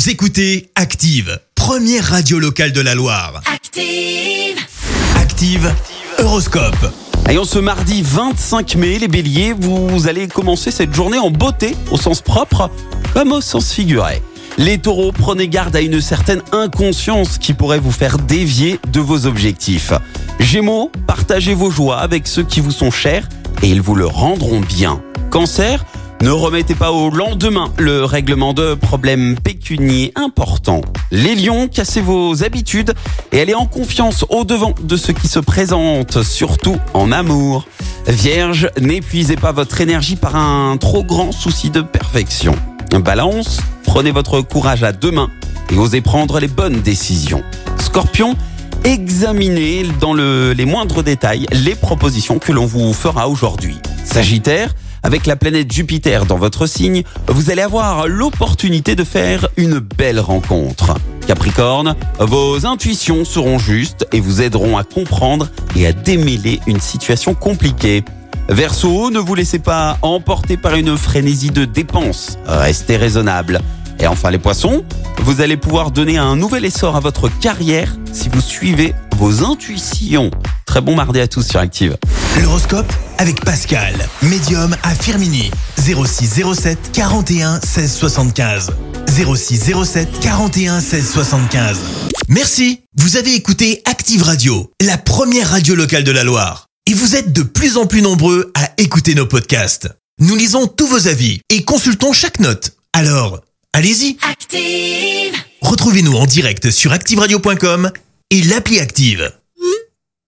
Vous écoutez Active, première radio locale de la Loire. Active. Active Horoscope. Et en ce mardi 25 mai, les béliers, vous allez commencer cette journée en beauté, au sens propre comme au sens figuré. Les taureaux, prenez garde à une certaine inconscience qui pourrait vous faire dévier de vos objectifs. Gémeaux, partagez vos joies avec ceux qui vous sont chers et ils vous le rendront bien. Cancer, ne remettez pas au lendemain le règlement de problèmes pécuniaires importants. Les lions, cassez vos habitudes et allez en confiance au devant de ce qui se présente, surtout en amour. Vierge, n'épuisez pas votre énergie par un trop grand souci de perfection. Balance, prenez votre courage à deux mains et osez prendre les bonnes décisions. Scorpion, examinez dans les moindres détails les propositions que l'on vous fera aujourd'hui. Sagittaire, avec la planète Jupiter dans votre signe, vous allez avoir l'opportunité de faire une belle rencontre. Capricorne, vos intuitions seront justes et vous aideront à comprendre et à démêler une situation compliquée. Verseau, ne vous laissez pas emporter par une frénésie de dépenses. Restez raisonnable. Et enfin les poissons, vous allez pouvoir donner un nouvel essor à votre carrière si vous suivez vos intuitions. Très bon mardi à tous sur Active. L'horoscope avec Pascal, médium à Firminy. 06 07 41 16 75. 06 07 41 16 75. Merci, vous avez écouté Active Radio, la première radio locale de la Loire. Et vous êtes de plus en plus nombreux à écouter nos podcasts. Nous lisons tous vos avis et consultons chaque note. Alors, allez-y. Active. Retrouvez-nous en direct sur activeradio.com et l'appli Active.